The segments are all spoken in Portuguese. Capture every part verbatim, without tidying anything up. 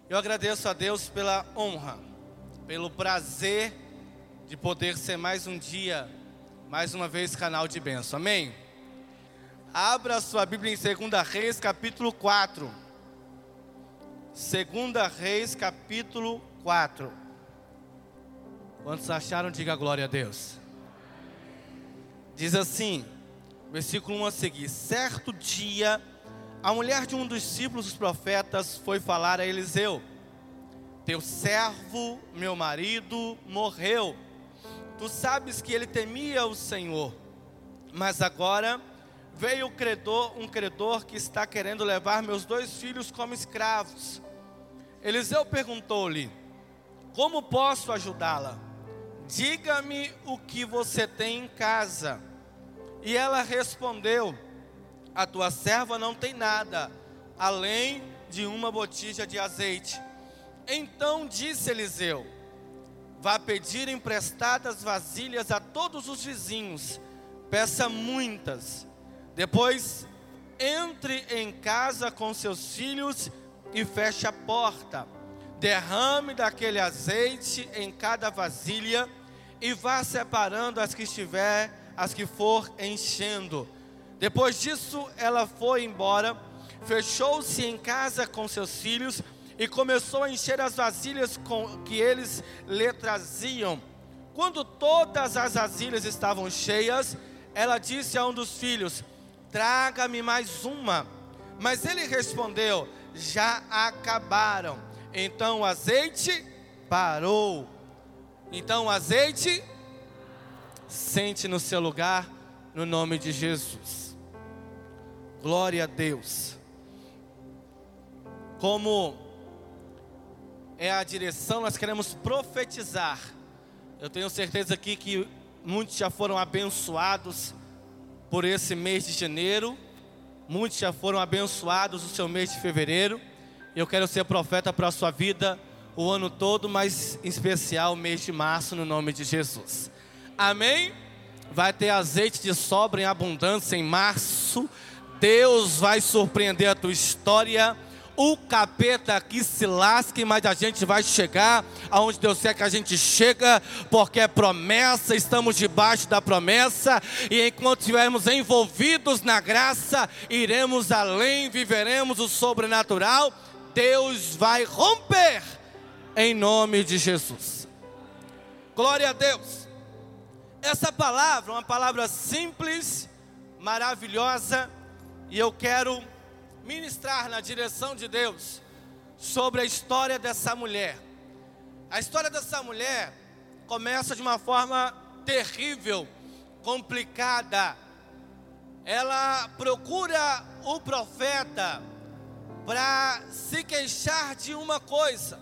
Eu agradeço a Deus pela honra, pelo prazer de poder ser mais um dia, mais uma vez canal de bênção, amém? Abra sua Bíblia em Segunda Reis, capítulo quatro. Segunda Reis, capítulo quatro. Quantos acharam, diga glória a Deus. Diz assim, versículo um a seguir: certo dia, a mulher de um dos discípulos dos profetas foi falar a Eliseu: teu servo, meu marido, morreu. Tu sabes que ele temia o Senhor, mas agora veio o credor, um credor que está querendo levar meus dois filhos como escravos. Eliseu perguntou-lhe: como posso ajudá-la? Diga-me o que você tem em casa. E ela respondeu: a tua serva não tem nada, além de uma botija de azeite. Então disse Eliseu: vá pedir emprestadas vasilhas a todos os vizinhos, peça muitas. Depois entre em casa com seus filhos e feche a porta. Derrame daquele azeite em cada vasilha e vá separando as que estiver, as que for enchendo. Depois disso ela foi embora, fechou-se em casa com seus filhos e começou a encher as vasilhas com que eles lhe traziam. Quando todas as vasilhas estavam cheias, ela disse a um dos filhos: traga-me mais uma. Mas ele respondeu: já acabaram. Então o azeite parou. Então o azeite, sente no seu lugar, no nome de Jesus. Glória a Deus. Como é a direção, nós queremos profetizar. Eu tenho certeza aqui que muitos já foram abençoados por esse mês de janeiro. Muitos já foram abençoados no seu mês de fevereiro. Eu quero ser profeta para a sua vida o ano todo, mas em especial o mês de março, no nome de Jesus. Amém? Vai ter azeite de sobra em abundância em março. Deus vai surpreender a tua história. O capeta que se lasque, mas a gente vai chegar aonde Deus quer que a gente chega, porque é promessa, estamos debaixo da promessa, e enquanto estivermos envolvidos na graça, iremos além, viveremos o sobrenatural. Deus vai romper em nome de Jesus. Glória a Deus. Essa palavra é uma palavra simples, maravilhosa, e eu quero ministrar na direção de Deus sobre a história dessa mulher. A história dessa mulher começa de uma forma terrível, complicada. Ela procura o profeta para se queixar de uma coisa,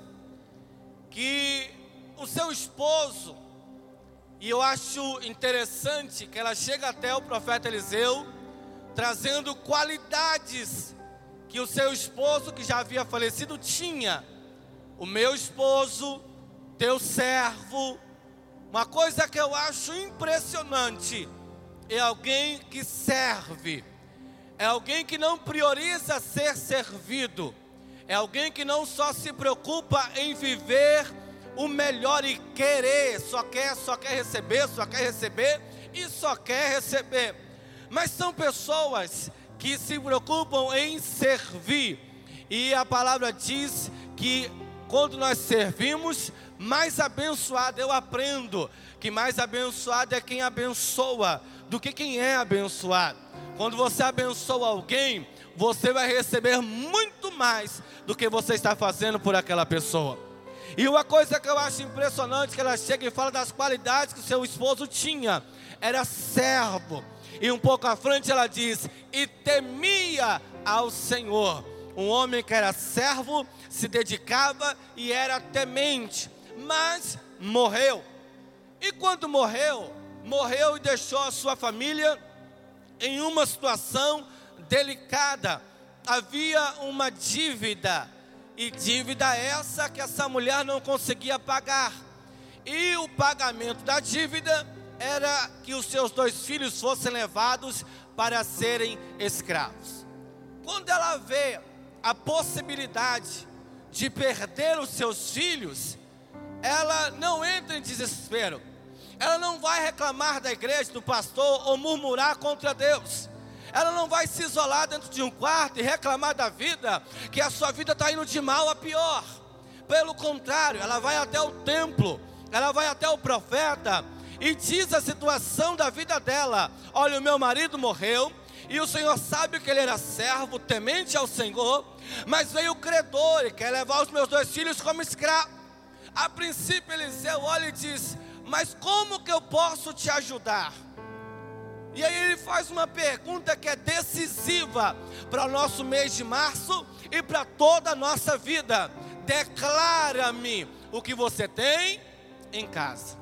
que o seu esposo, e eu acho interessante que ela chega até o profeta Eliseu, trazendo qualidades que o seu esposo, que já havia falecido, tinha. O meu esposo, teu servo. Uma coisa que eu acho impressionante é alguém que serve, é alguém que não prioriza ser servido, é alguém que não só se preocupa em viver o melhor e querer, só quer, só quer receber, só quer receber e só quer receber. Mas são pessoas que se preocupam em servir. E a palavra diz que quando nós servimos, mais abençoado, eu aprendo que mais abençoado é quem abençoa do que quem é abençoado. Quando você abençoa alguém, você vai receber muito mais do que você está fazendo por aquela pessoa. E uma coisa que eu acho impressionante, que ela chega e fala das qualidades que o seu esposo tinha. Era servo. E um pouco à frente ela diz: e temia ao Senhor. Um homem que era servo, se dedicava e era temente, mas morreu. E quando morreu, morreu e deixou a sua família em uma situação delicada. Havia uma dívida, e dívida essa que essa mulher não conseguia pagar. E o pagamento da dívida era que os seus dois filhos fossem levados para serem escravos. Quando ela vê a possibilidade de perder os seus filhos, ela não entra em desespero. Ela não vai reclamar da igreja, do pastor, ou murmurar contra Deus. Ela não vai se isolar dentro de um quarto e reclamar da vida, que a sua vida está indo de mal a pior. Pelo contrário, ela vai até o templo, ela vai até o profeta e diz a situação da vida dela: olha, o meu marido morreu, e o Senhor sabe que ele era servo, temente ao Senhor, mas veio o credor e quer levar os meus dois filhos como escravo. A princípio Eliseu olha e diz: mas como que eu posso te ajudar? E aí ele faz uma pergunta que é decisiva para o nosso mês de março e para toda a nossa vida: declara-me o que você tem em casa.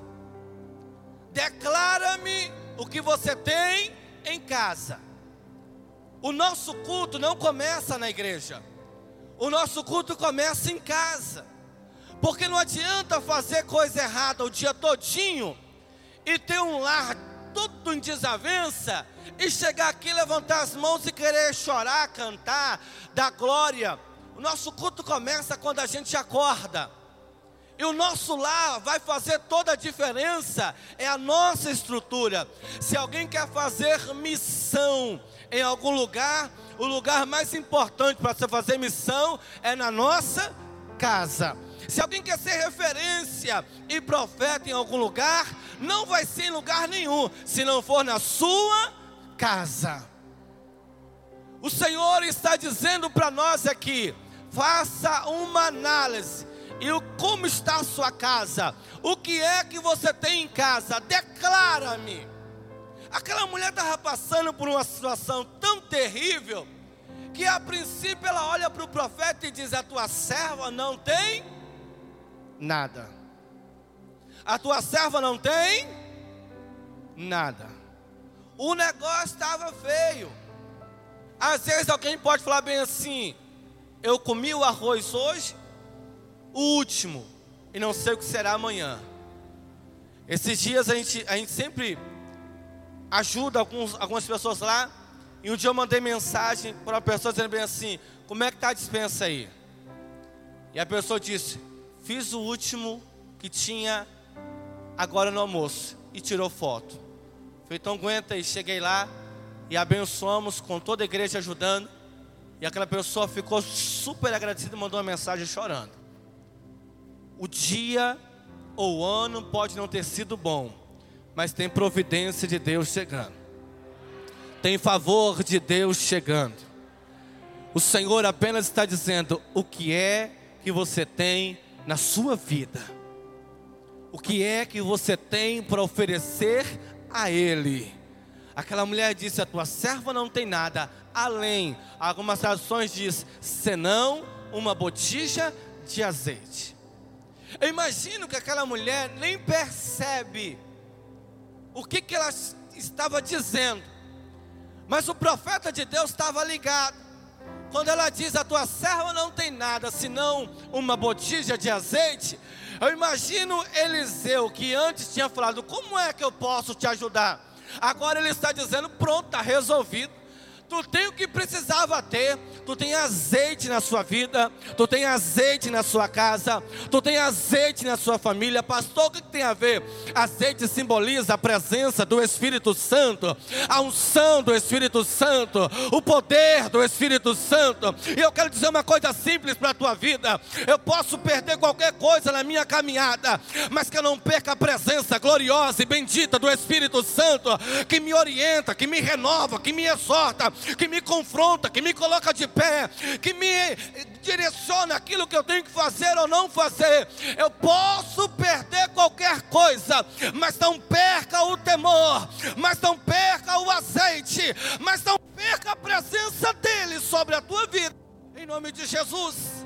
Declara-me o que você tem em casa. O nosso culto não começa na igreja. O nosso culto começa em casa. Porque não adianta fazer coisa errada o dia todinho e ter um lar tudo em desavença e chegar aqui, levantar as mãos e querer chorar, cantar, dar glória. O nosso culto começa quando a gente acorda. E o nosso lar vai fazer toda a diferença. É a nossa estrutura. Se alguém quer fazer missão em algum lugar, o lugar mais importante para você fazer missão é na nossa casa. Se alguém quer ser referência e profeta em algum lugar, não vai ser em lugar nenhum, se não for na sua casa. O Senhor está dizendo para nós aqui: faça uma análise. E o, como está a sua casa? O que é que você tem em casa? Declara-me. Aquela mulher estava passando por uma situação tão terrível, que a princípio ela olha para o profeta e diz: a tua serva não tem nada. A tua serva não tem nada. O negócio estava feio. Às vezes alguém pode falar bem assim: eu comi o arroz hoje, o último, e não sei o que será amanhã. Esses dias a gente, a gente sempre ajuda alguns, algumas pessoas lá. E um dia eu mandei mensagem para uma pessoa dizendo bem assim: como é que está a despensa aí? E a pessoa disse: fiz o último que tinha agora no almoço. E tirou foto. Falei: então aguenta aí. Cheguei lá e abençoamos com toda a igreja ajudando. E aquela pessoa ficou super agradecida e mandou uma mensagem chorando. O dia ou o ano pode não ter sido bom, mas tem providência de Deus chegando. Tem favor de Deus chegando. O Senhor apenas está dizendo: o que é que você tem na sua vida? O que é que você tem para oferecer a Ele? Aquela mulher disse: a tua serva não tem nada além, algumas traduções diz, senão uma botija de azeite. Eu imagino que aquela mulher nem percebe o que, que ela estava dizendo, mas o profeta de Deus estava ligado. Quando ela diz: a tua serva não tem nada senão uma botija de azeite, eu imagino Eliseu, que antes tinha falado: como é que eu posso te ajudar? Agora ele está dizendo: pronto, está resolvido. Tu tem o que precisava ter. Tu tem azeite na sua vida, tu tem azeite na sua casa, tu tem azeite na sua família. Pastor, o que tem a ver? Azeite simboliza a presença do Espírito Santo, a unção do Espírito Santo, o poder do Espírito Santo. E eu quero dizer uma coisa simples para a tua vida: eu posso perder qualquer coisa na minha caminhada, mas que eu não perca a presença gloriosa e bendita do Espírito Santo, que me orienta, que me renova, que me exorta, que me confronta, que me coloca de pé, que me direciona aquilo que eu tenho que fazer ou não fazer. Eu posso perder qualquer coisa, mas não perca o temor, mas não perca o azeite, mas não perca a presença dele sobre a tua vida, em nome de Jesus.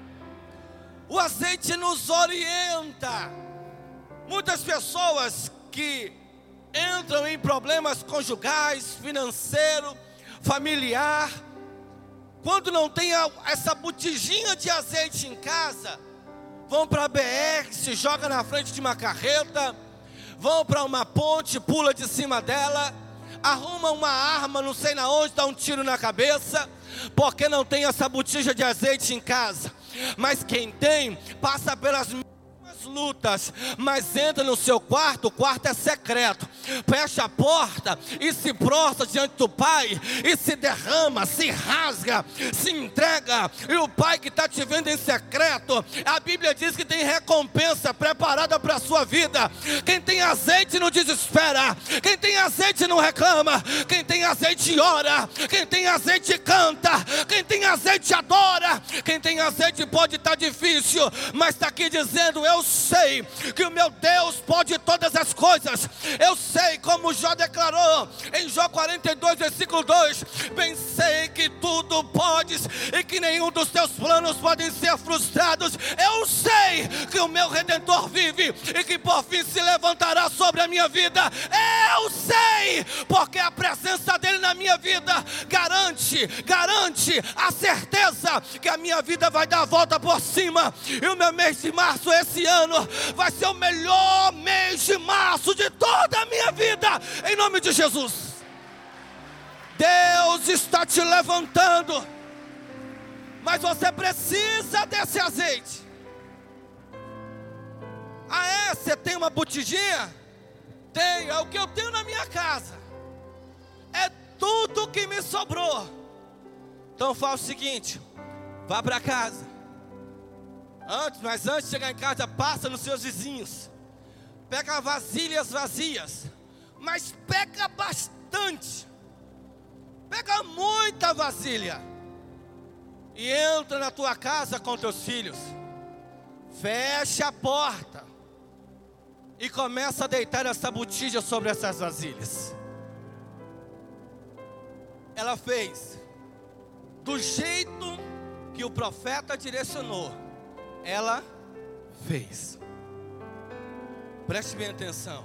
O azeite nos orienta. Muitas pessoas que entram em problemas conjugais, financeiro, familiar, quando não tem essa botijinha de azeite em casa, vão para a B R, se joga na frente de uma carreta, vão para uma ponte, pula de cima dela, arruma uma arma, não sei na onde, dá um tiro na cabeça, porque não tem essa botija de azeite em casa. Mas quem tem, passa pelas lutas, mas entra no seu quarto, o quarto é secreto, fecha a porta e se prostra diante do Pai, e se derrama, se rasga, se entrega, e o Pai que está te vendo em secreto, a Bíblia diz que tem recompensa preparada para a sua vida. Quem tem azeite não desespera, quem tem azeite não reclama, quem tem azeite ora, quem tem azeite canta, quem tem azeite adora, quem tem azeite pode estar difícil, mas está aqui dizendo: eu sei que o meu Deus pode todas as coisas. Eu sei, como Jó declarou em Jó quarenta e dois, versículo dois: bem sei que tudo podes e que nenhum dos teus planos podem ser frustrados. Eu sei que o meu Redentor vive e que por fim se levantará sobre a minha vida. Eu sei, porque a presença dele na minha vida garante, garante a certeza que a minha vida vai dar a volta por cima. E o meu mês de março esse ano vai ser o melhor mês de março de toda a minha vida, em nome de Jesus. Deus está te levantando, mas você precisa desse azeite. Ah é? Você tem uma botijinha? Tenho, é o que eu tenho na minha casa, é tudo que me sobrou. Então faça o seguinte: vá para casa. Antes, mas antes de chegar em casa, passa nos seus vizinhos, pega vasilhas vazias, mas pega bastante, pega muita vasilha, e entra na tua casa com teus filhos, fecha a porta, e começa a deitar essa botija sobre essas vasilhas. Ela fez do jeito que o profeta direcionou. Ela fez. Preste bem atenção.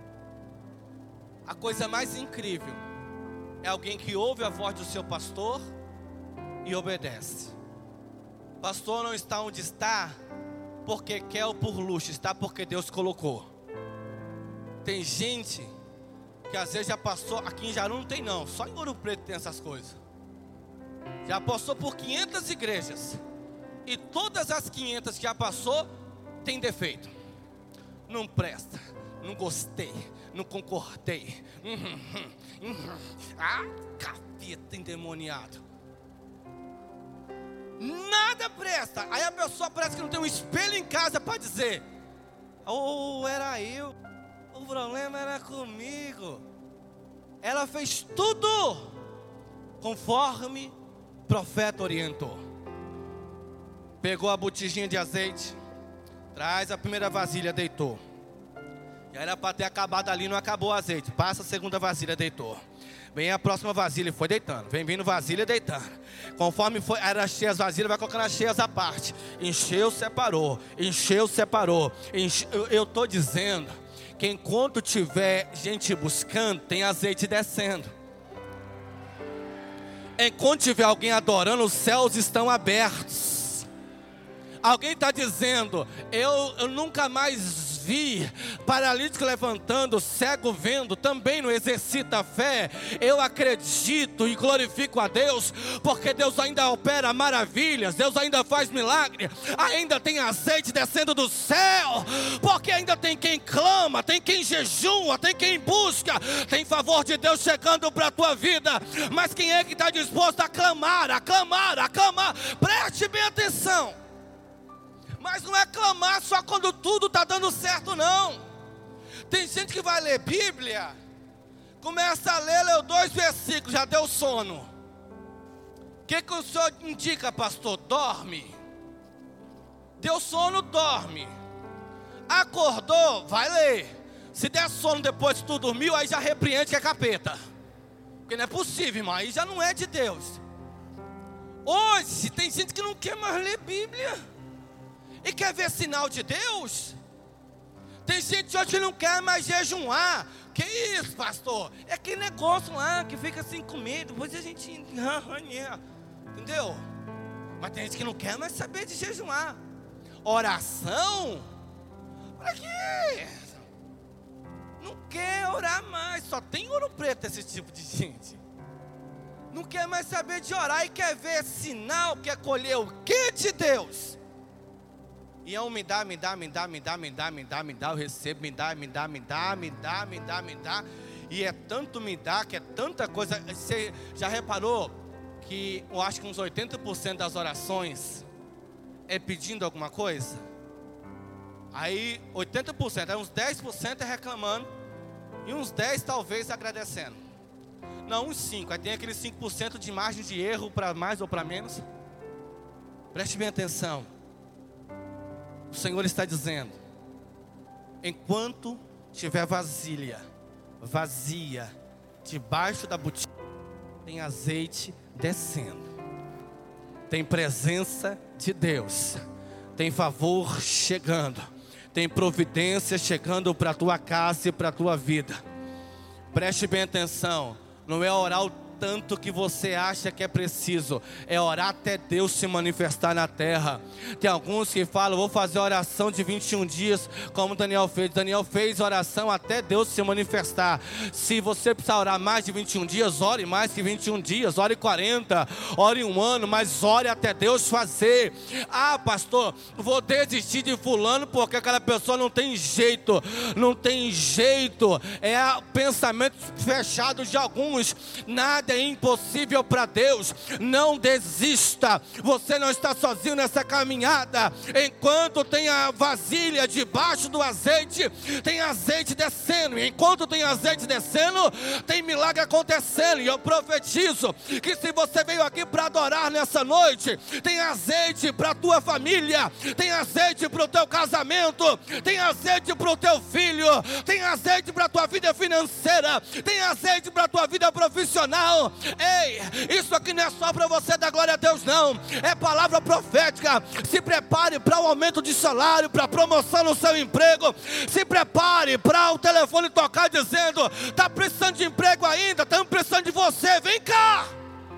A coisa mais incrível é alguém que ouve a voz do seu pastor e obedece. O pastor não está onde está porque quer ou por luxo, está porque Deus colocou. Tem gente que às vezes já passou, aqui em Jaru não tem não, só em Ouro Preto tem essas coisas. Já passou por quinhentas igrejas, e todas as quinhentas que já passou tem defeito. Não presta, não gostei, não concordei. Uhum, uhum. Ah, capeta endemoniado. Nada presta. Aí a pessoa parece que não tem um espelho em casa para dizer: oh, era eu, o problema era comigo. Ela fez tudo conforme o profeta orientou. Pegou a botijinha de azeite, traz a primeira vasilha, deitou. Já era para ter acabado ali, não acabou o azeite. Passa a segunda vasilha, deitou. Vem a próxima vasilha, foi deitando. Vem vindo vasilha, deitando. Conforme foi, era cheia as vasilhas, vai colocando as cheias à parte. Encheu, separou. Encheu, separou. Enche... Eu estou dizendo que enquanto tiver gente buscando, tem azeite descendo. Enquanto tiver alguém adorando, os céus estão abertos. Alguém está dizendo: eu, eu nunca mais vi paralítico levantando, cego vendo, também não exercita a fé. Eu acredito e glorifico a Deus, porque Deus ainda opera maravilhas, Deus ainda faz milagre, ainda tem azeite descendo do céu, porque ainda tem quem clama, tem quem jejua, tem quem busca, tem favor de Deus chegando para a tua vida. Mas quem é que está disposto a clamar, a clamar, a clamar? Preste bem atenção. Mas não é clamar só quando tudo está dando certo, não. Tem gente que vai ler Bíblia, começa a ler, leu dois versículos, já deu sono. O que, que o senhor indica, pastor? Dorme. Deu sono, dorme. Acordou, vai ler. Se der sono depois que tu dormiu, aí já repreende que é capeta. Porque não é possível, irmão, aí já não é de Deus. Hoje tem gente que não quer mais ler Bíblia e quer ver sinal de Deus. Tem gente hoje que não quer mais jejuar. Que isso, pastor? É aquele negócio lá que fica assim com medo, depois a gente... Entendeu? Mas tem gente que não quer mais saber de jejuar. Oração? Para quê? Não quer orar mais. Só tem Ouro Preto esse tipo de gente. não quer mais saber de orar e quer ver sinal, quer colher o que de Deus? E é um me dá, me dá, me dá, me dá, me dá, me dá, me dá, eu recebo, me dá, me dá, me dá, me dá, me dá, me dá. E é tanto me dá, que é tanta coisa. Você já reparou que eu acho que uns oitenta por cento das orações é pedindo alguma coisa? Aí oitenta por cento, aí uns dez por cento é reclamando e uns dez por cento talvez agradecendo. Não, uns cinco por cento, aí tem aqueles cinco por cento de margem de erro para mais ou para menos. Preste bem atenção. O Senhor está dizendo: enquanto tiver vasilha vazia debaixo da botija, tem azeite descendo, tem presença de Deus, tem favor chegando, tem providência chegando para a tua casa e para a tua vida. Preste bem atenção, não é orar o tanto que você acha que é preciso, é orar até Deus se manifestar na terra. Tem alguns que falam: vou fazer oração de vinte e um dias, como Daniel fez. Daniel fez oração até Deus se manifestar. Se você precisar orar mais de vinte e um dias, ore mais que vinte e um dias, ore quarenta, ore um ano, mas ore até Deus fazer. Ah, pastor, vou desistir de fulano porque aquela pessoa não tem jeito. Não tem jeito, é pensamento fechado de alguns. Nada é impossível para Deus. Não desista, você não está sozinho nessa caminhada. Enquanto tem a vasilha debaixo do azeite, tem azeite descendo. E enquanto tem azeite descendo, tem milagre acontecendo. E eu profetizo que se você veio aqui para adorar nessa noite, tem azeite para a tua família, tem azeite para o teu casamento, tem azeite para o teu filho, tem azeite para a tua vida financeira, tem azeite para a tua vida profissional. Ei, isso aqui não é só para você dar glória a Deus, não. É palavra profética. Se prepare para o aumento de salário, para a promoção no seu emprego. Se prepare para o telefone tocar dizendo: está precisando de emprego ainda? Estamos precisando de você, vem cá.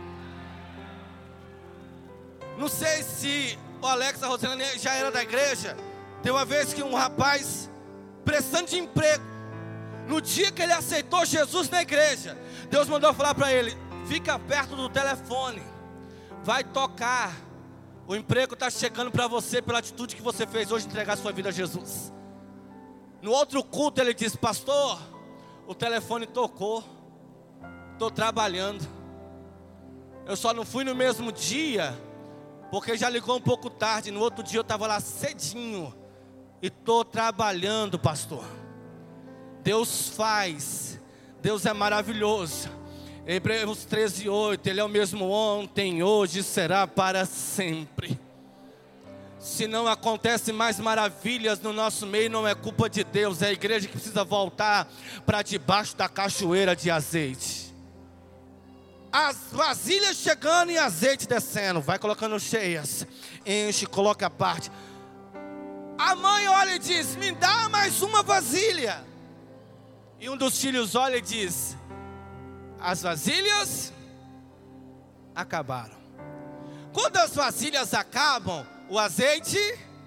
Não sei se o Alex, a Rosilane já era da igreja. Tem uma vez que um rapaz precisando de emprego, no dia que ele aceitou Jesus na igreja, Deus mandou falar para ele: fica perto do telefone, vai tocar, o emprego está chegando para você pela atitude que você fez hoje, entregar sua vida a Jesus. No outro culto ele disse: pastor, o telefone tocou, estou trabalhando, eu só não fui no mesmo dia, porque já ligou um pouco tarde. No outro dia eu estava lá cedinho, e estou trabalhando, pastor. Deus faz, Deus é maravilhoso. Hebreus treze, oito, Ele é o mesmo ontem, hoje, será para sempre. Se não acontecem mais maravilhas no nosso meio, não é culpa de Deus, é a igreja que precisa voltar para debaixo da cachoeira de azeite. As vasilhas chegando e azeite descendo, vai colocando cheias, enche, coloca a parte. A mãe olha e diz: me dá mais uma vasilha. E um dos filhos olha e diz: as vasilhas acabaram. Quando as vasilhas acabam, o azeite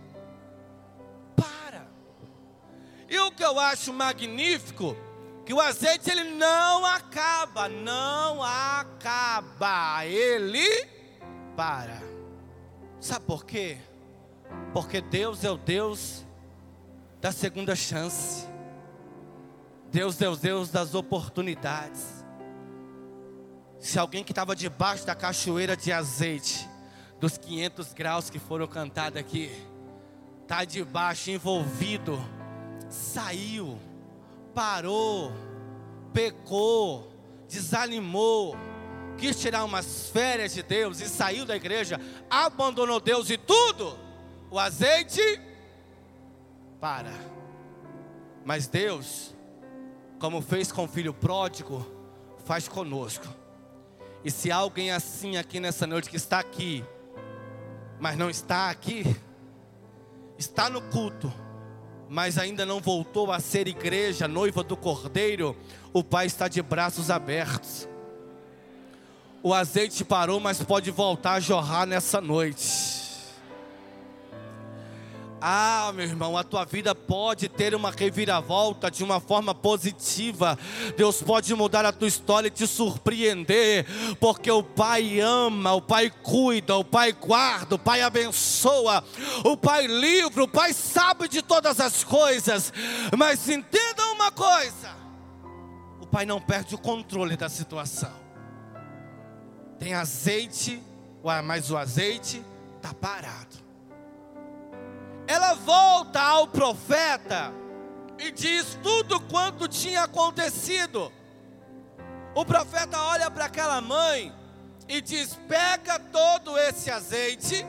para. E o que eu acho magnífico, que o azeite ele não acaba, não acaba, ele para. Sabe por quê? Porque Deus é o Deus da segunda chance. Deus é o Deus das oportunidades. Se alguém que estava debaixo da cachoeira de azeite, dos quinhentos graus que foram cantados aqui, está debaixo, envolvido, saiu, parou, pecou, desanimou, quis tirar umas férias de Deus e saiu da igreja, abandonou Deus e tudo, o azeite para. Mas Deus, como fez com o filho pródigo, faz conosco. E se há alguém assim aqui nessa noite, que está aqui, mas não está aqui, está no culto, mas ainda não voltou a ser igreja, noiva do Cordeiro, o Pai está de braços abertos. O azeite parou, mas pode voltar a jorrar nessa noite. Ah, meu irmão, a tua vida pode ter uma reviravolta de uma forma positiva. Deus pode mudar a tua história e te surpreender, porque o Pai ama, o Pai cuida, o Pai guarda, o Pai abençoa, o Pai livra, o Pai sabe de todas as coisas. Mas entenda uma coisa: o Pai não perde o controle da situação. Tem azeite, mas o azeite está parado. Ela volta ao profeta e diz tudo quanto tinha acontecido. O profeta olha para aquela mãe e diz: pega todo esse azeite,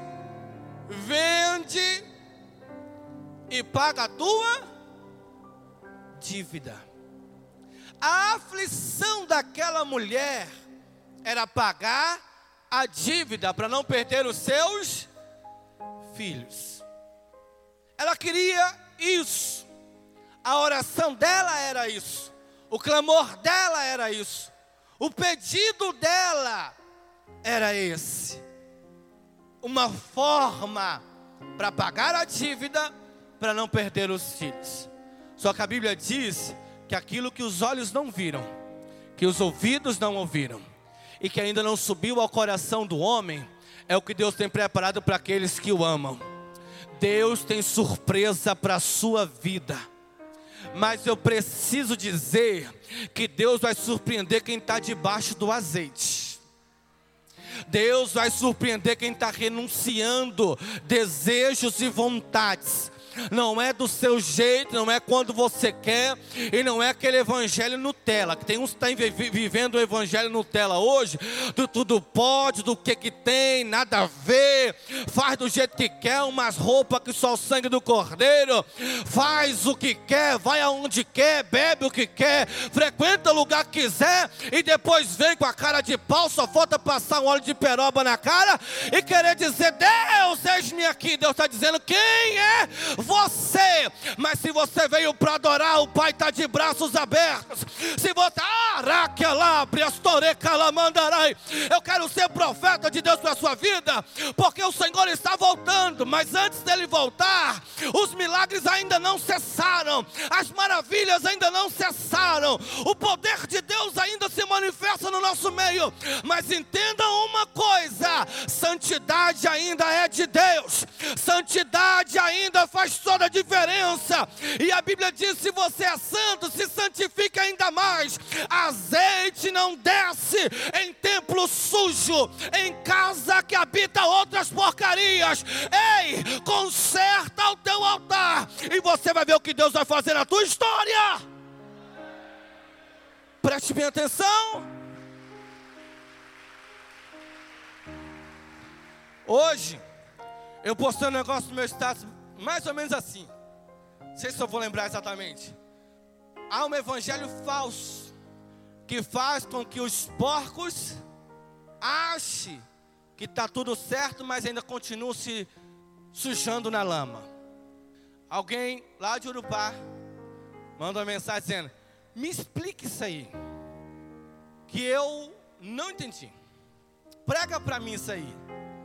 vende e paga a tua dívida. A aflição daquela mulher era pagar a dívida para não perder os seus filhos. Ela queria isso. A oração dela era isso. O clamor dela era isso. O pedido dela era esse. Uma forma para pagar a dívida, para não perder os filhos. Só que a Bíblia diz que aquilo que os olhos não viram, que os ouvidos não ouviram, e que ainda não subiu ao coração do homem, é o que Deus tem preparado para aqueles que o amam. Deus tem surpresa para a sua vida. Mas eu preciso dizer que Deus vai surpreender quem está debaixo do azeite. Deus vai surpreender quem está renunciando desejos e vontades. Não é do seu jeito, não é quando você quer, e não é aquele evangelho Nutella, que tem uns que estão vivendo o evangelho Nutella hoje, do tudo pode, do que que tem, nada a ver, faz do jeito que quer, umas roupas que só o sangue do cordeiro, faz o que quer, vai aonde quer, bebe o que quer, frequenta o lugar que quiser, e depois vem com a cara de pau, só falta passar um óleo de peroba na cara, e querer dizer: Deus, eis-me aqui. Deus está dizendo: quem é você? Mas se você veio para adorar, o Pai está de braços abertos. Se você, eu quero ser profeta de Deus para a sua vida, porque o Senhor está voltando. Mas antes dele voltar, os milagres ainda não cessaram, as maravilhas ainda não cessaram, o poder de Deus ainda se manifesta no nosso meio. Mas entendam uma coisa: santidade ainda é de Deus, santidade ainda faz toda a diferença. E a Bíblia diz: se você é santo, se santifique ainda mais. Azeite não desce em templo sujo, em casa que habita outras porcarias. Ei, conserta o teu altar, e você vai ver o que Deus vai fazer na tua história. Preste bem atenção. Hoje eu postei um negócio no meu status, mais ou menos assim, não sei se eu vou lembrar exatamente. Há um evangelho falso que faz com que os porcos achem que está tudo certo, mas ainda continuam se sujando na lama. Alguém lá de Urupá manda uma mensagem dizendo: me explique isso aí, que eu não entendi, prega para mim isso aí.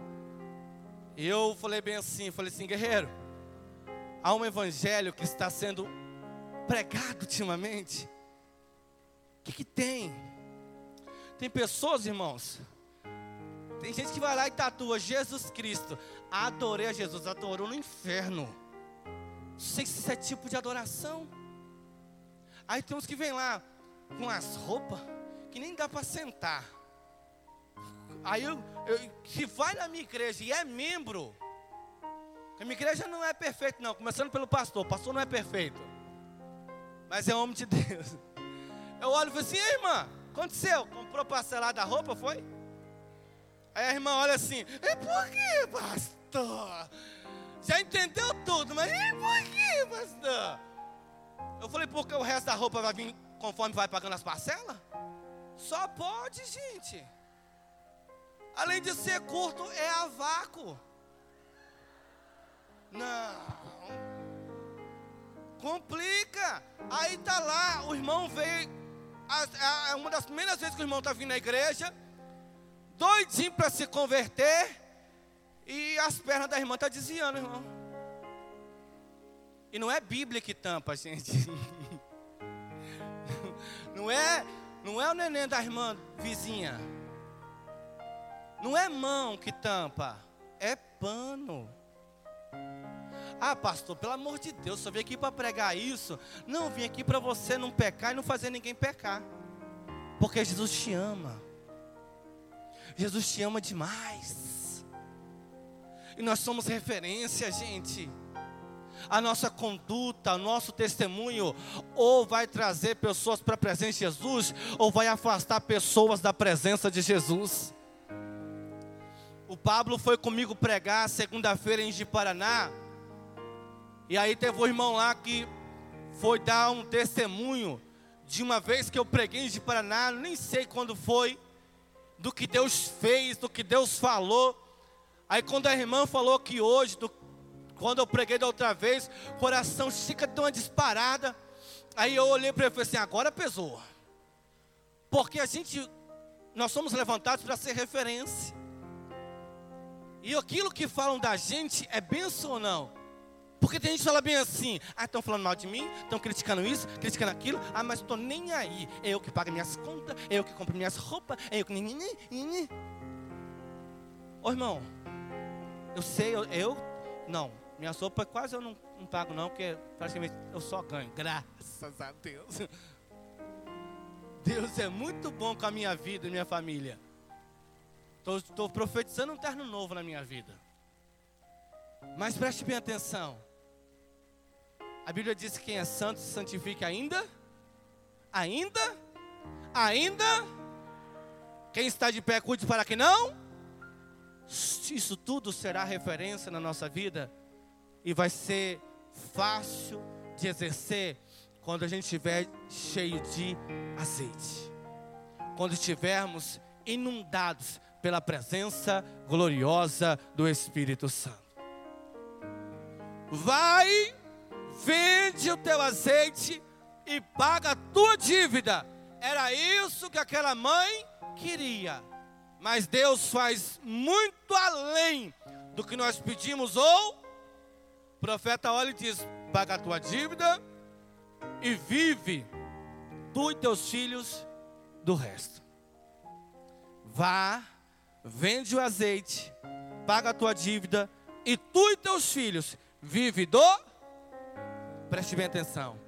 Eu falei bem assim, falei assim: guerreiro, há um evangelho que está sendo pregado ultimamente. O que que tem? Tem pessoas, irmãos, tem gente que vai lá e tatua Jesus Cristo. Adorei a Jesus, adorou no inferno. Não sei se isso é tipo de adoração. Aí tem uns que vêm lá com as roupas que nem dá para sentar. Aí eu, eu, se vai na minha igreja e é membro, a minha igreja não é perfeita não, começando pelo pastor, o pastor não é perfeito, mas é homem de Deus. Eu olho e falo assim: ei, irmã, aconteceu? Comprou parcelada a roupa, foi? Aí a irmã olha assim: e por que, pastor? Já entendeu tudo, mas e por que, pastor? Eu falei: porque o resto da roupa vai vir conforme vai pagando as parcelas? Só pode, gente. Além de ser curto, é a vácuo. Não. Complica. Aí tá lá, o irmão veio, a, a, uma das primeiras vezes que o irmão tá vindo na igreja, doidinho para se converter, e as pernas da irmã tá desviando, irmão. E não é Bíblia que tampa, gente. Não é, não é o neném da irmã vizinha. Não é mão que tampa, é pano. Ah, pastor, pelo amor de Deus, só vim aqui para pregar isso. Não, vim aqui para você não pecar e não fazer ninguém pecar. Porque Jesus te ama. Jesus te ama demais. E nós somos referência, gente. A nossa conduta, o nosso testemunho, ou vai trazer pessoas para a presença de Jesus, ou vai afastar pessoas da presença de Jesus. O Pablo foi comigo pregar segunda-feira em Ji-Paraná. E aí teve um irmão lá que foi dar um testemunho de uma vez que eu preguei em Ji-Paraná, nem sei quando foi, do que Deus fez, do que Deus falou. Aí quando a irmã falou que hoje, do, quando eu preguei da outra vez, o coração fica de uma disparada. Aí eu olhei para ele e falei assim, agora pesou. Porque a gente, nós somos levantados para ser referência. E aquilo que falam da gente é bênção ou não? Porque tem gente que fala bem assim, ah, estão falando mal de mim, estão criticando isso, criticando aquilo, ah, mas estou nem aí, é eu que pago minhas contas, é eu que compro minhas roupas, é eu que... Ô irmão, eu sei, eu, eu não, minha roupa quase eu não, não pago não, porque praticamente eu só ganho, graças a Deus. Deus é muito bom com a minha vida e minha família. Estou profetizando um terno novo na minha vida. Mas preste bem atenção. A Bíblia diz que quem é santo se santifique ainda. Ainda. Ainda. Quem está de pé, cuide para que não. Isso tudo será referência na nossa vida. E vai ser fácil de exercer quando a gente estiver cheio de azeite. Quando estivermos inundados pela presença gloriosa do Espírito Santo. Vai, vende o teu azeite e paga a tua dívida. Era isso que aquela mãe queria. Mas Deus faz muito além do que nós pedimos. Ou o profeta olha e diz, paga a tua dívida e vive tu e teus filhos do resto. Vá, vende o azeite, paga a tua dívida e tu e teus filhos vive do... Preste bem atenção.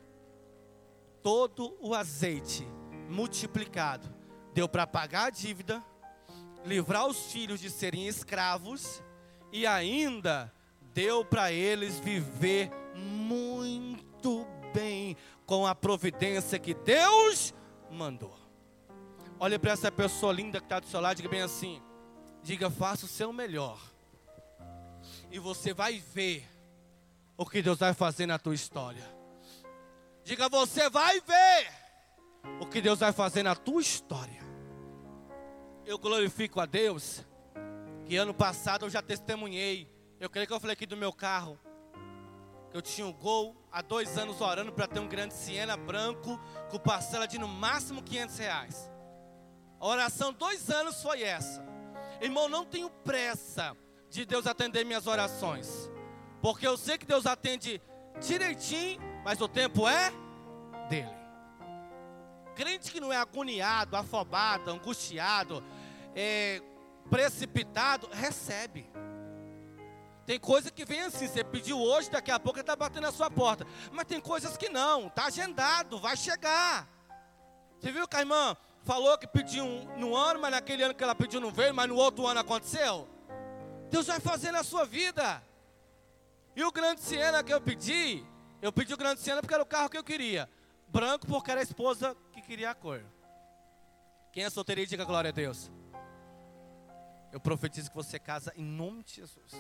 Todo o azeite multiplicado deu para pagar a dívida, livrar os filhos de serem escravos e ainda deu para eles viver muito bem com a providência que Deus mandou. Olha para essa pessoa linda que está do seu lado, diga bem assim, diga, faça o seu melhor. E você vai ver o que Deus vai fazer na tua história. Diga, você vai ver o que Deus vai fazer na tua história. Eu glorifico a Deus, que ano passado eu já testemunhei. Eu creio que eu falei aqui do meu carro, que eu tinha um Gol, há dois anos orando para ter um grande Siena branco, com parcela de no máximo quinhentos reais. A oração, dois anos foi essa. Irmão, não tenho pressa de Deus atender minhas orações, porque eu sei que Deus atende direitinho, mas o tempo é dele. Crente que não é agoniado, afobado, angustiado, é, precipitado, recebe. Tem coisa que vem assim, você pediu hoje, daqui a pouco ele está batendo na sua porta. Mas tem coisas que não, está agendado, vai chegar. Você viu que a irmã falou que pediu no ano, mas naquele ano que ela pediu não veio, mas no outro ano aconteceu? Deus vai fazer na sua vida. E o grande Siena que eu pedi, eu pedi o grande Siena porque era o carro que eu queria. Branco porque era a esposa que queria a cor. Quem é solteiro, diga glória a Deus. Eu profetizo que você casa em nome de Jesus.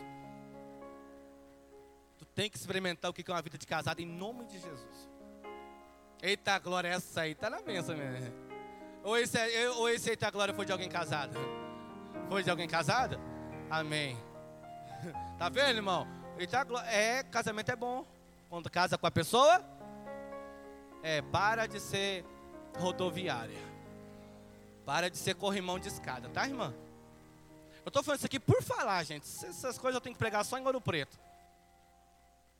Tu tem que experimentar o que é uma vida de casado em nome de Jesus. Eita glória, essa aí tá na bênção mesmo. Ou esse, ou esse eita glória foi de alguém casado? Foi de alguém casado? Amém. Tá vendo, irmão? Eita glória, é, casamento é bom. Quando casa com a pessoa, é, para de ser rodoviária. Para de ser corrimão de escada, tá, irmã? Eu tô falando isso aqui por falar, gente. Essas coisas eu tenho que pregar só em Ouro Preto.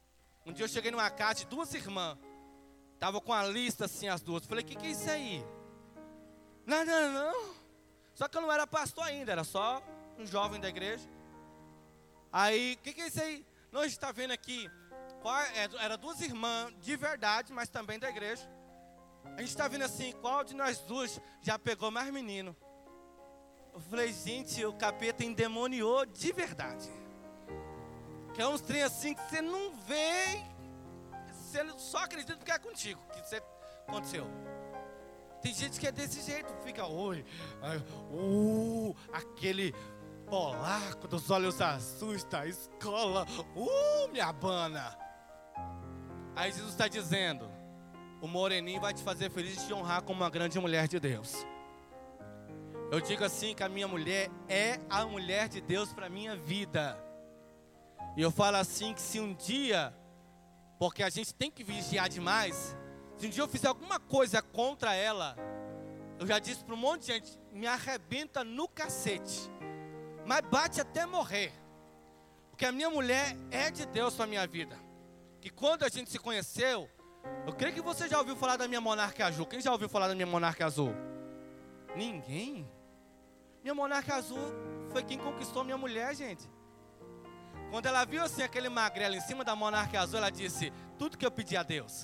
Um dia eu cheguei numa casa de duas irmãs. Tava com a lista assim, as duas. Falei, o que, que é isso aí? Não, não, não. Só que eu não era pastor ainda, era só um jovem da igreja. Aí, o que, que é isso aí? Não, a gente está vendo aqui. Qual, é, era duas irmãs de verdade, mas também da igreja. A gente está vendo assim, qual de nós duas já pegou mais menino? Eu falei, gente, o capeta endemoniou de verdade. Que é uns trem assim que você não vê, você só acredita porque é contigo que você aconteceu. Tem gente que é desse jeito, fica, oi, ai, uh, aquele polaco dos olhos azuis da escola, uh, me abana. Aí Jesus está dizendo, o moreninho vai te fazer feliz e te honrar como uma grande mulher de Deus. Eu digo assim que a minha mulher é a mulher de Deus para a minha vida. E eu falo assim que se um dia, porque a gente tem que vigiar demais, se um dia eu fizer alguma coisa contra ela, eu já disse para um monte de gente, me arrebenta no cacete, mas bate até morrer. Porque a minha mulher é de Deus para a minha vida. Que quando a gente se conheceu, eu creio que você já ouviu falar da minha monarca azul. Quem já ouviu falar da minha monarca azul? Ninguém? Minha monarca azul foi quem conquistou minha mulher, gente. Quando ela viu assim aquele magrelo em cima da monarca azul, ela disse, tudo que eu pedi a Deus.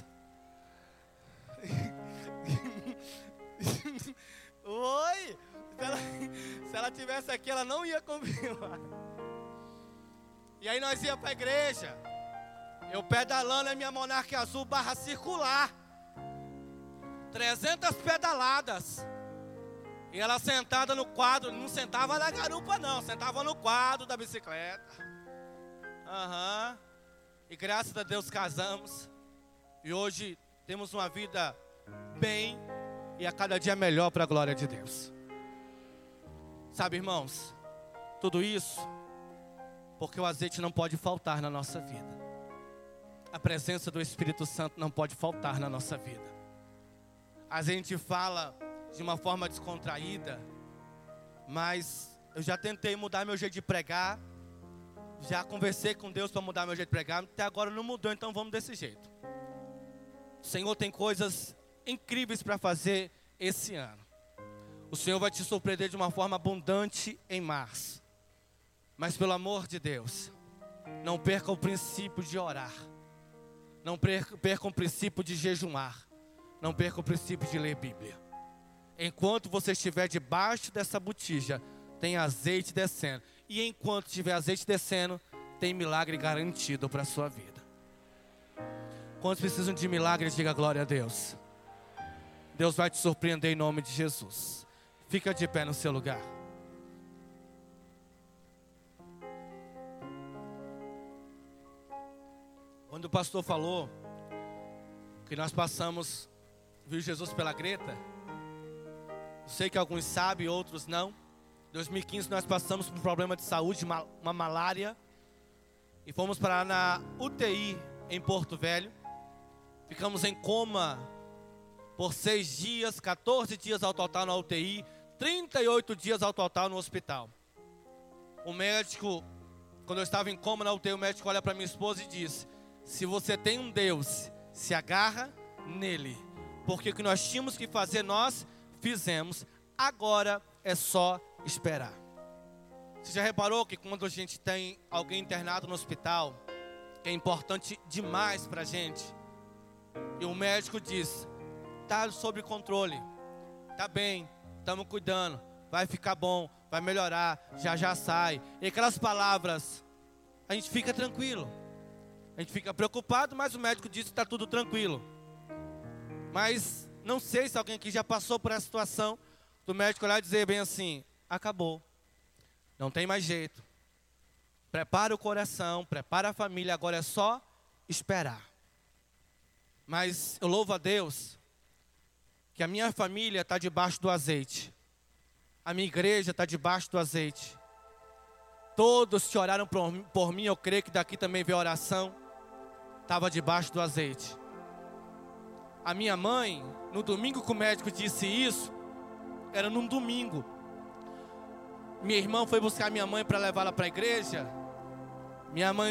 Oi! Se ela, se ela tivesse aqui, ela não ia confirmar. E aí nós ia para a igreja. Eu pedalando a minha monarca azul barra circular. trezentas pedaladas. E ela sentada no quadro, não sentava na garupa não, sentava no quadro da bicicleta. Aham. Uhum. E graças a Deus casamos. E hoje temos uma vida bem e a cada dia melhor para a glória de Deus. Sabe, irmãos, tudo isso porque o azeite não pode faltar na nossa vida. A presença do Espírito Santo não pode faltar na nossa vida. A gente fala de uma forma descontraída, mas eu já tentei mudar meu jeito de pregar, já conversei com Deus para mudar meu jeito de pregar, até agora não mudou, então vamos desse jeito. O Senhor tem coisas incríveis para fazer esse ano. O Senhor vai te surpreender de uma forma abundante em março. Mas pelo amor de Deus, não perca o princípio de orar. Não perca, perca o princípio de jejuar. Não perca o princípio de ler Bíblia. Enquanto você estiver debaixo dessa botija, tem azeite descendo. E enquanto tiver azeite descendo, tem milagre garantido para a sua vida. Quantos precisam de milagres, diga glória a Deus. Deus vai te surpreender em nome de Jesus. Fica de pé no seu lugar. Quando o pastor falou que nós passamos, viu Jesus pela Greta, eu sei que alguns sabem, outros não. Em dois mil e quinze nós passamos por um problema de saúde, uma, uma malária, e fomos parar na U T I em Porto Velho. Ficamos em coma por seis dias, quatorze dias ao total na U T I, trinta e oito dias ao total no hospital. O médico, quando eu estava em coma na U T I, o médico olha para minha esposa e diz: se você tem um Deus, se agarra nele, porque o que nós tínhamos que fazer, nós fizemos, agora é só esperar. Você já reparou que quando a gente tem alguém internado no hospital, é importante demais para a gente, e o médico diz: está sob controle, está bem, estamos cuidando, vai ficar bom, vai melhorar, já já sai. E aquelas palavras, a gente fica tranquilo. A gente fica preocupado, mas o médico diz que está tudo tranquilo. Mas não sei se alguém aqui já passou por essa situação do médico olhar e dizer bem assim: acabou, não tem mais jeito. Prepara o coração, prepara a família, agora é só esperar. Mas eu louvo a Deus que a minha família está debaixo do azeite. A minha igreja está debaixo do azeite. Todos que oraram por, por mim, eu creio que daqui também veio oração, estava debaixo do azeite. A minha mãe, no domingo que o médico disse isso, era num domingo. Minha irmã foi buscar minha mãe para levá-la para a igreja. Minha mãe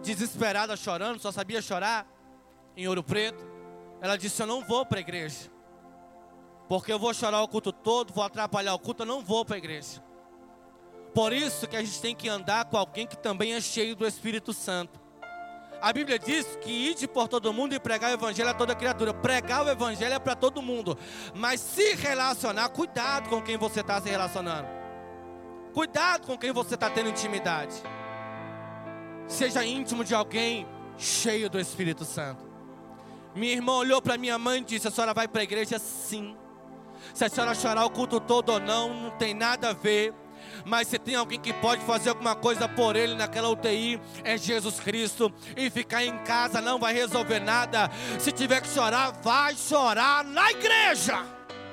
desesperada, chorando, só sabia chorar, em Ouro Preto. Ela disse: eu não vou para a igreja, porque eu vou chorar o culto todo, vou atrapalhar o culto, eu não vou para a igreja. Por isso que a gente tem que andar com alguém que também é cheio do Espírito Santo. A Bíblia diz que ide por todo mundo e pregar o evangelho a toda criatura. Pregar o evangelho é para todo mundo, mas se relacionar, cuidado com quem você está se relacionando. Cuidado com quem você está tendo intimidade. Seja íntimo de alguém cheio do Espírito Santo. Minha irmã olhou para minha mãe e disse: a senhora vai para a igreja? Sim. Se a senhora chorar o culto todo ou não, não tem nada a ver. Mas se tem alguém que pode fazer alguma coisa por ele naquela U T I, é Jesus Cristo. E ficar em casa não vai resolver nada. Se tiver que chorar, vai chorar na igreja.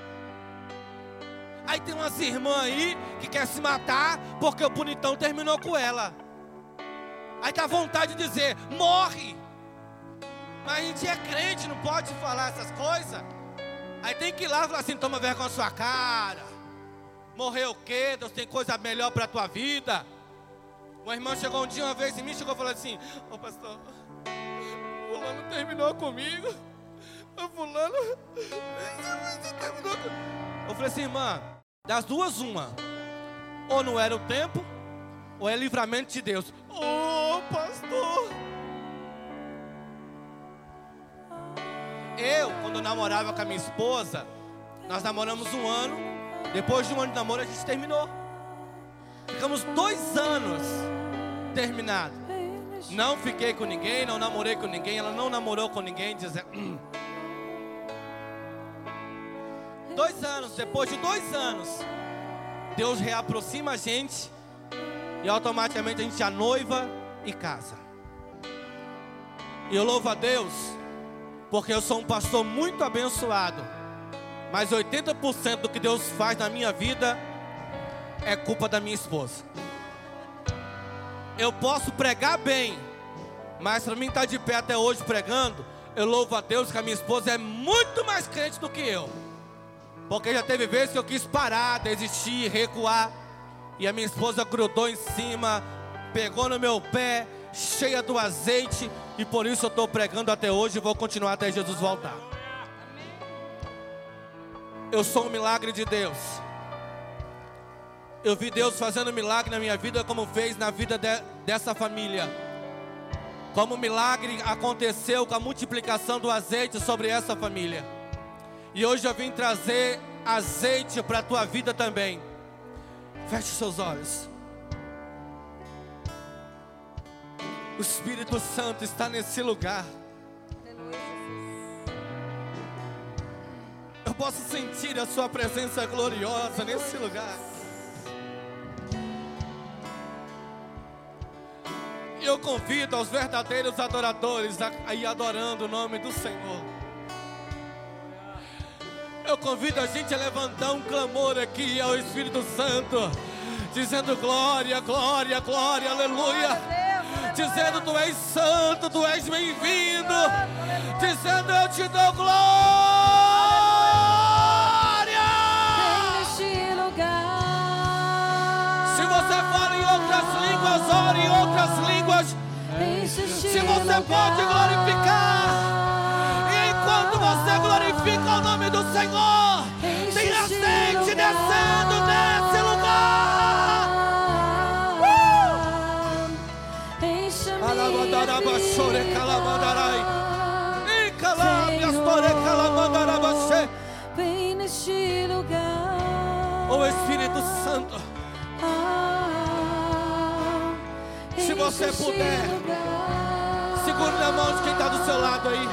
Aí tem umas irmãs aí que quer se matar porque o bonitão terminou com ela. Aí dá vontade de dizer: morre. Mas a gente é crente, não pode falar essas coisas. Aí tem que ir lá e falar assim: toma vergonha na sua cara. Morrer o quê? Deus tem coisa melhor para a tua vida. Uma irmã chegou um dia, uma vez em mim, chegou e falou assim: ô pastor, fulano terminou comigo. O fulano terminou comigo. Eu falei assim: irmã, das duas uma, ou não era o tempo, ou é livramento de Deus. Ô oh, pastor, eu, quando eu namorava com a minha esposa, nós namoramos um ano. Depois de um ano de namoro, a gente terminou. Ficamos dois anos terminados. Não fiquei com ninguém, não namorei com ninguém. Ela não namorou com ninguém. Dizendo... Dois anos, depois de dois anos, Deus reaproxima a gente e automaticamente a gente é noiva e casa. E eu louvo a Deus, porque eu sou um pastor muito abençoado. Mas oitenta por cento do que Deus faz na minha vida é culpa da minha esposa. Eu posso pregar bem, mas para mim estar de pé até hoje pregando, eu louvo a Deus que a minha esposa é muito mais crente do que eu. Porque já teve vezes que eu quis parar, desistir, recuar, e a minha esposa grudou em cima, pegou no meu pé, cheia do azeite, e por isso eu estou pregando até hoje e vou continuar até Jesus voltar. Eu sou um milagre de Deus. Eu vi Deus fazendo milagre na minha vida, como fez na vida de, dessa família. Como o milagre aconteceu com a multiplicação do azeite sobre essa família. E hoje eu vim trazer azeite para a tua vida também. Feche seus olhos. O Espírito Santo está nesse lugar. Eu posso sentir a sua presença gloriosa nesse lugar. E eu convido aos verdadeiros adoradores a ir adorando o nome do Senhor. Eu convido a gente a levantar um clamor aqui ao Espírito Santo, dizendo glória, glória, glória, aleluia. Dizendo: tu és santo, tu és bem-vindo. Dizendo: eu te dou glória. Se você fala em outras línguas, ore em outras línguas. Se você pode glorificar, e enquanto você glorifica o nome do Senhor, tem azeite descendo nesse lugar. Alabadarabashore calamandarai. E calabias tore calamandarabashe. Vem neste lugar. O Espírito Santo. Se você puder, segure na mão de quem está do seu lado aí.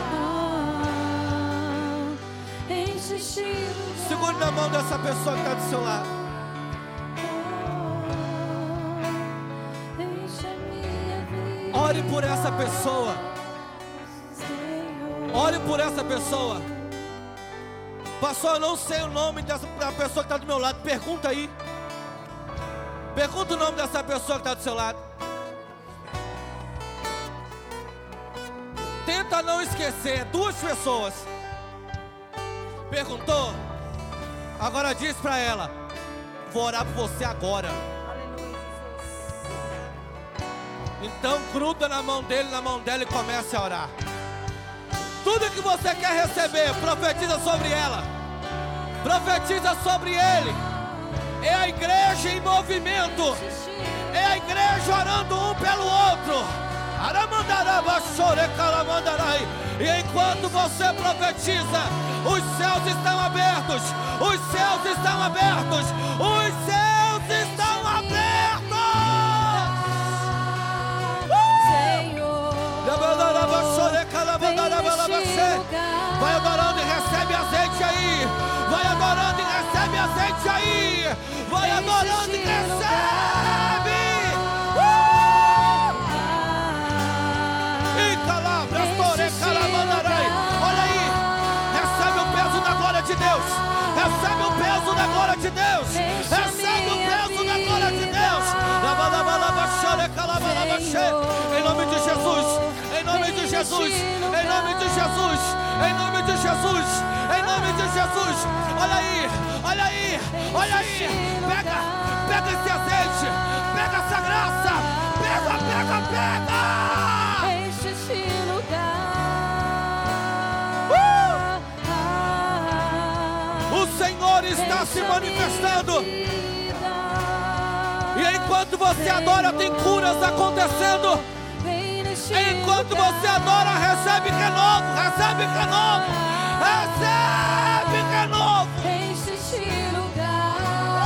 Segure na mão dessa pessoa que está do seu lado. Ore por essa pessoa. Ore por essa pessoa. Pastor, eu não sei o nome dessa da pessoa que está do meu lado. Pergunta aí. Pergunta o nome dessa pessoa que está do seu lado. Tenta não esquecer. Duas pessoas. Perguntou? Agora diz para ela: vou orar por você agora. Então gruda na mão dele, na mão dela e comece a orar. Tudo que você quer receber, profetiza sobre ela. Profetiza sobre ele. É a igreja em movimento. É a igreja orando um pelo outro. E enquanto você profetiza, os céus estão abertos. Os céus estão abertos. Os céus estão abertos. Vai adorando e recebe azeite aí. Vai adorando e recebe azeite aí. Vai adorando e recebe. E calabras, tore, calamandarai. Olha aí. Recebe o peso da glória de Deus. Recebe o peso da glória de Deus. Recebe o peso da glória de Deus. Em nome de Jesus. Em nome de Jesus. Em nome de Jesus. Em nome de Jesus. Em nome de Jesus. Olha aí. Olha aí. Olha aí. Pega. Pega esse azeite. Pega essa graça. Pega, pega, pega. Enche este lugar. Uh! O Senhor está se manifestando. E enquanto você adora, tem curas acontecendo. Enquanto você adora, recebe renovo, recebe renovo, recebe renovo. Enche este lugar.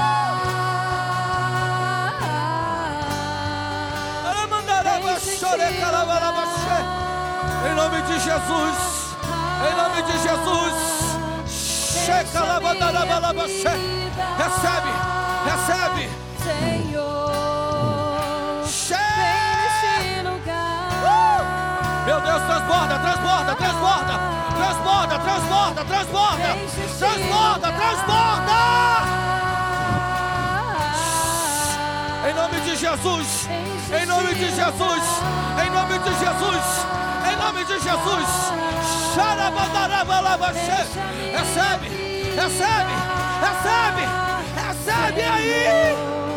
Em nome de Jesus, em nome de Jesus. Recebe, recebe. Senhor, meu Deus, transborda, transborda, transborda, transborda, transborda, transborda, transborda, transborda. Em nome de Jesus, em nome de Jesus, em nome de Jesus, em nome de Jesus. Recebe, recebe, recebe, recebe aí.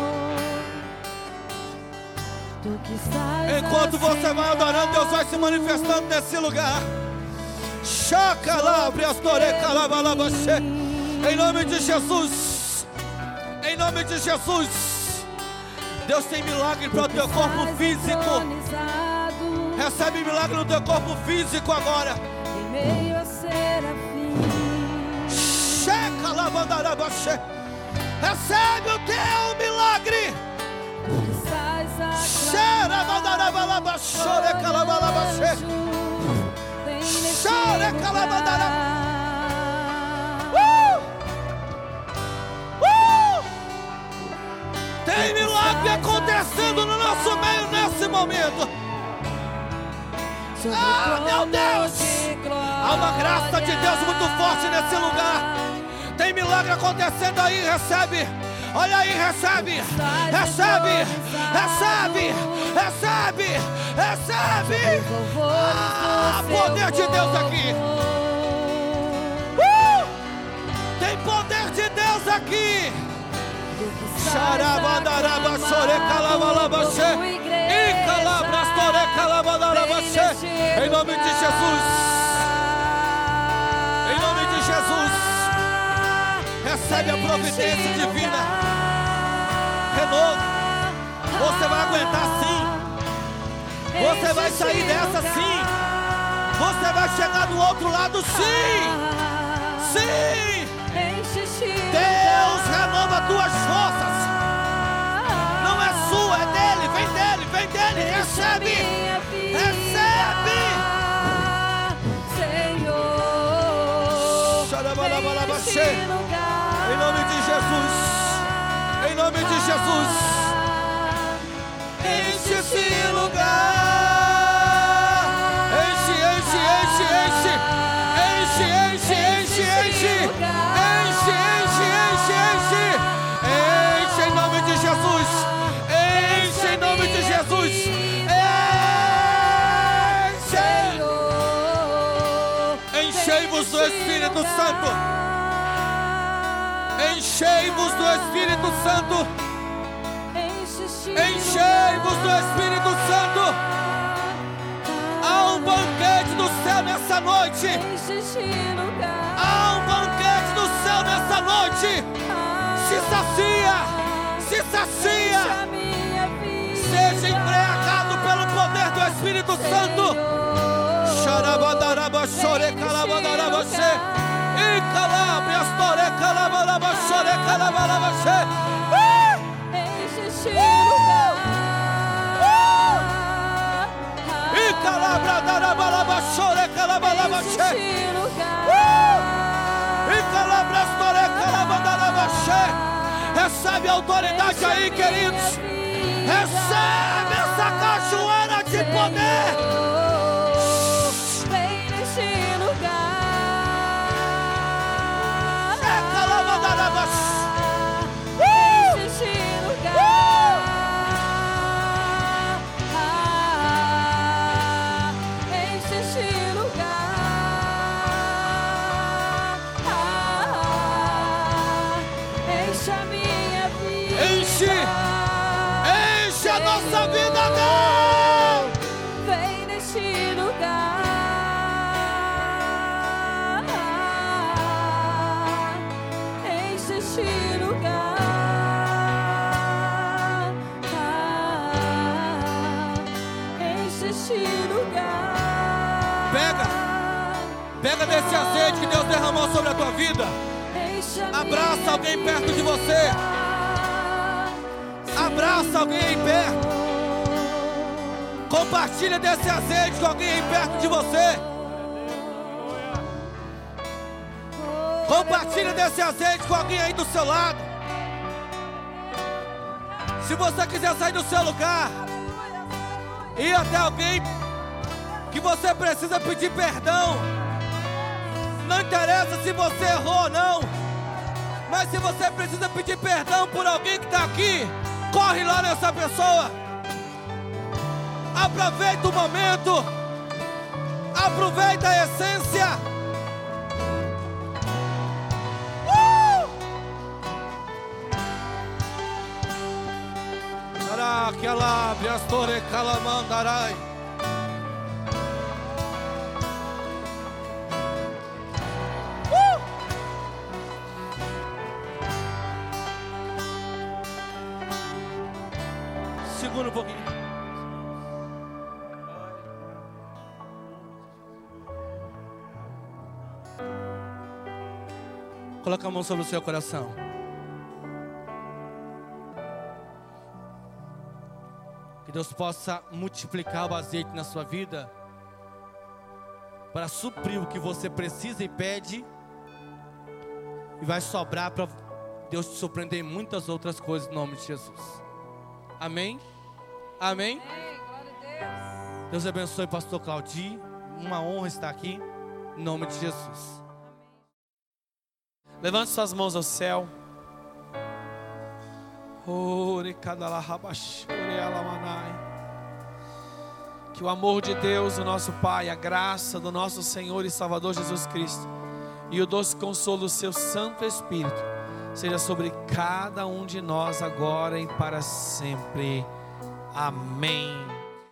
Enquanto você vai adorando, Deus vai se manifestando nesse lugar. Em nome de Jesus. Em nome de Jesus. Deus tem milagre para o teu corpo físico. Recebe milagre no teu corpo físico agora. Em meio a serafim. Recebe o teu milagre. Uh! Uh! Tem milagre acontecendo no nosso meio nesse momento. Ah, meu Deus! Há uma graça de Deus muito forte nesse lugar. Tem milagre acontecendo aí, recebe. Olha aí, recebe, recebe, recebe, recebe, recebe. Ah, poder de Deus aqui. Uh! Tem poder de Deus aqui. Em nome de Jesus. Em nome de Jesus. Recebe a providência divina. Renovo. Você vai aguentar sim. Você vai sair dessa sim. Você vai chegar do outro lado sim. Sim. Deus renova tuas forças. Não é sua, é dele. Vem dele, vem dele. Recebe. Recebe. Senhor. Em nome de Jesus. Em nome de Jesus. Enche esse lugar. Enche, enche, enche, enche. Enche, enche, enche, enche. Enche, enche, enche, enche. Enche em nome de Jesus. Enche em nome de Jesus. Enche. Enchei-vos do Espírito Santo. Enchei-vos do Espírito Santo. Enchei-vos do Espírito Santo. nessa noite. Enche este lugar. Há um banquete do céu nessa noite. Se sacia, se sacia. Enche a minha vida. Seja embriagado pelo poder do Espírito Santo. Xarabadarabachore, calabadarabache. E calabriastore, calabarabaxore, calabarabache. Enche este lugar. E calabradarabalabachore, calabarabache. Enche este lugar. E calabrastore, calabadarabache. Recebe a autoridade aí, queridos. Recebe essa cachoeira de poder. Vem neste lugar. É calabadarabache. Enche este lugar. Enche este lugar. Enche a minha vida. Enche. Enche a nossa vida, Deus! Vem neste lugar. Enche este lugar. Enche este lugar. Pega, pega desse azeite que Deus derramou sobre a tua vida. Enche a Abraça minha alguém perto de você. vida. Abraça alguém aí perto. Compartilha desse azeite com alguém aí perto de você. Compartilha desse azeite com alguém aí do seu lado. Se você quiser sair do seu lugar, ir até alguém que você precisa pedir perdão. Não interessa se você errou ou não, mas se você precisa pedir perdão por alguém que está aqui, corre lá nessa pessoa. Aproveita o momento. Aproveita a essência. Uh! Caraca, lá, Biastore, Calamandarai. Uh! Segura um pouquinho. Coloca a mão sobre o seu coração. Que Deus possa multiplicar o azeite na sua vida para suprir o que você precisa e pede, e vai sobrar para Deus te surpreender em muitas outras coisas, em nome de Jesus. Amém? Amém? Deus abençoe, pastor Claudio. Uma honra estar aqui, em nome de Jesus. Levante suas mãos ao céu. Que o amor de Deus, o nosso Pai, a graça do nosso Senhor e Salvador Jesus Cristo e o doce consolo do seu Santo Espírito seja sobre cada um de nós agora e para sempre. Amém.